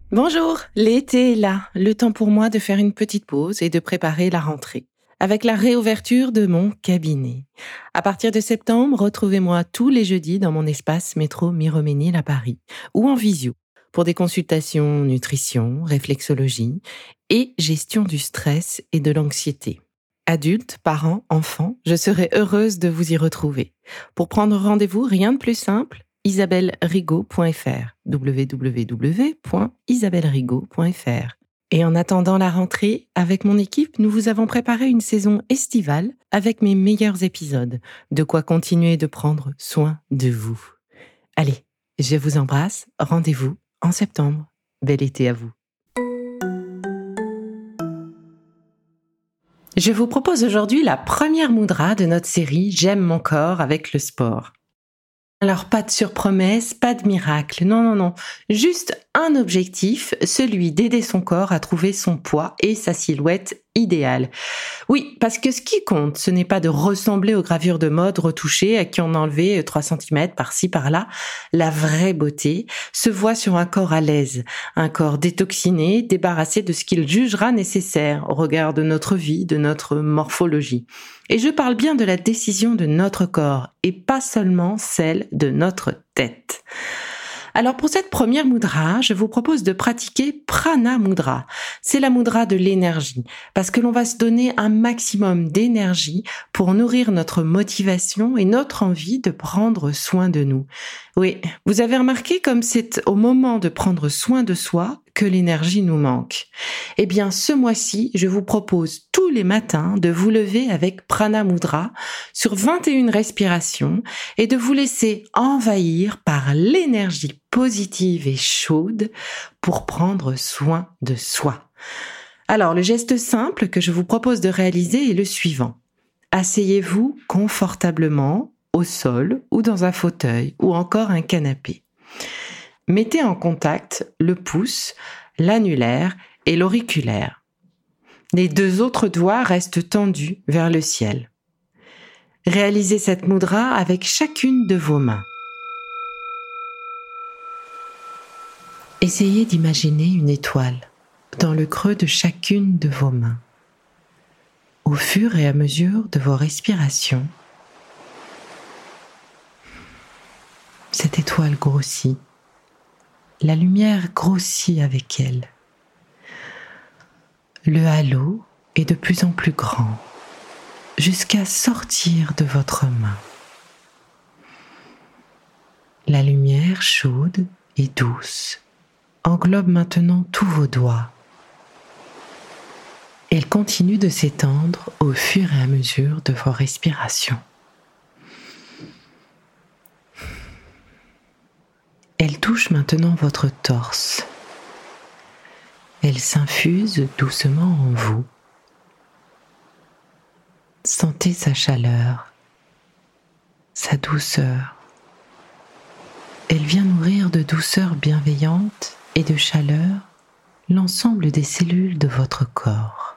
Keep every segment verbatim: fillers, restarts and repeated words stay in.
Bonjour, l'été est là, le temps pour moi de faire une petite pause et de préparer la rentrée. Avec la réouverture de mon cabinet. À partir de septembre, retrouvez-moi tous les jeudis dans mon espace métro Miromesnil à Paris ou en visio pour des consultations nutrition, réflexologie et gestion du stress et de l'anxiété. Adultes, parents, enfants, je serai heureuse de vous y retrouver. Pour prendre rendez-vous, rien de plus simple, isabelle rigaud point f r, w w w point isabelle rigaud point f r. Et en attendant la rentrée, avec mon équipe, nous vous avons préparé une saison estivale avec mes meilleurs épisodes. De quoi continuer de prendre soin de vous. Allez, je vous embrasse. Rendez-vous en septembre. Bel été à vous. Je vous propose aujourd'hui la première mudra de notre série J'aime mon corps avec le sport. Alors pas de surpromesse, pas de miracle, non non non, juste un objectif, celui d'aider son corps à trouver son poids et sa silhouette idéale. Oui, parce que ce qui compte, ce n'est pas de ressembler aux gravures de mode retouchées à qui on a enlevé trois centimètres par-ci par-là. La vraie beauté se voit sur un corps à l'aise, un corps détoxiné, débarrassé de ce qu'il jugera nécessaire au regard de notre vie, de notre morphologie. Et je parle bien de la décision de notre corps et pas seulement celle de notre tête. Alors pour cette première mudra, je vous propose de pratiquer Prana Mudra. C'est la mudra de l'énergie, parce que l'on va se donner un maximum d'énergie pour nourrir notre motivation et notre envie de prendre soin de nous. Oui, vous avez remarqué comme c'est au moment de prendre soin de soi que l'énergie nous manque. Eh bien, ce mois-ci, je vous propose tous les matins de vous lever avec Prana Mudra sur vingt et une respirations et de vous laisser envahir par l'énergie positive et chaude pour prendre soin de soi. Alors, le geste simple que je vous propose de réaliser est le suivant. Asseyez-vous confortablement au sol ou dans un fauteuil ou encore un canapé. Mettez en contact le pouce, l'annulaire et l'auriculaire. Les deux autres doigts restent tendus vers le ciel. Réalisez cette mudra avec chacune de vos mains. Essayez d'imaginer une étoile dans le creux de chacune de vos mains. Au fur et à mesure de vos respirations, cette étoile grossit. La lumière grossit avec elle. Le halo est de plus en plus grand, jusqu'à sortir de votre main. La lumière chaude et douce englobe maintenant tous vos doigts. Elle continue de s'étendre au fur et à mesure de vos respirations. Elle touche maintenant votre torse. Elle s'infuse doucement en vous. Sentez sa chaleur, sa douceur. Elle vient nourrir de douceur bienveillante et de chaleur l'ensemble des cellules de votre corps.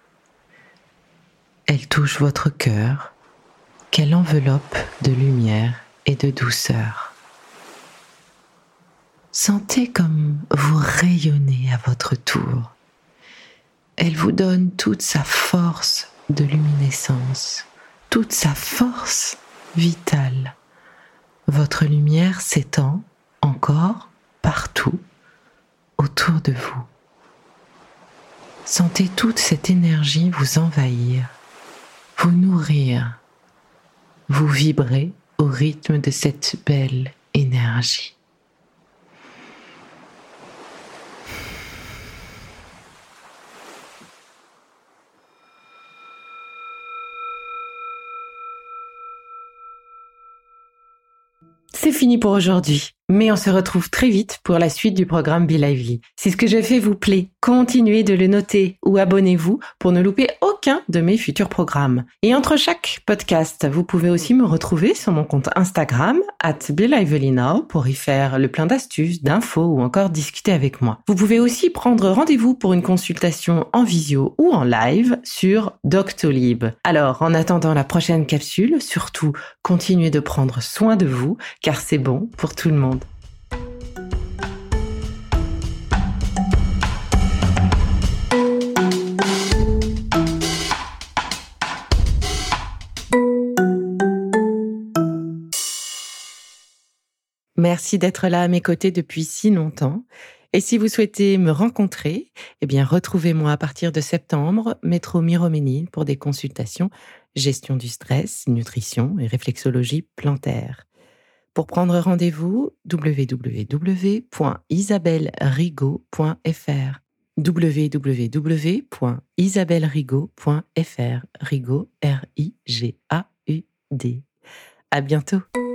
Elle touche votre cœur, qu'elle enveloppe de lumière et de douceur. Sentez comme vous rayonnez à votre tour. Elle vous donne toute sa force de luminescence, toute sa force vitale. Votre lumière s'étend encore partout autour de vous. Sentez toute cette énergie vous envahir, vous nourrir, vous vibrer au rythme de cette belle énergie. C'est fini pour aujourd'hui, mais on se retrouve très vite pour la suite du programme Be Lively. Si ce que je fais vous plaît, continuez de le noter ou abonnez-vous pour ne louper aucun de mes futurs programmes. Et entre chaque podcast, vous pouvez aussi me retrouver sur mon compte Instagram arobase be lively now pour y faire le plein d'astuces, d'infos ou encore discuter avec moi. Vous pouvez aussi prendre rendez-vous pour une consultation en visio ou en live sur Doctolib. Alors, en attendant la prochaine capsule, surtout, continuez de prendre soin de vous, car c'est bon pour tout le monde. Merci d'être là à mes côtés depuis si longtemps. Et si vous souhaitez me rencontrer, eh bien, retrouvez-moi à partir de septembre, métro Miroménil, pour des consultations gestion du stress, nutrition et réflexologie plantaire. Pour prendre rendez-vous, w w w point isabelle rigaud point f r. w w w point isabelle rigaud point f r. Rigaud, R I G A U D. À bientôt.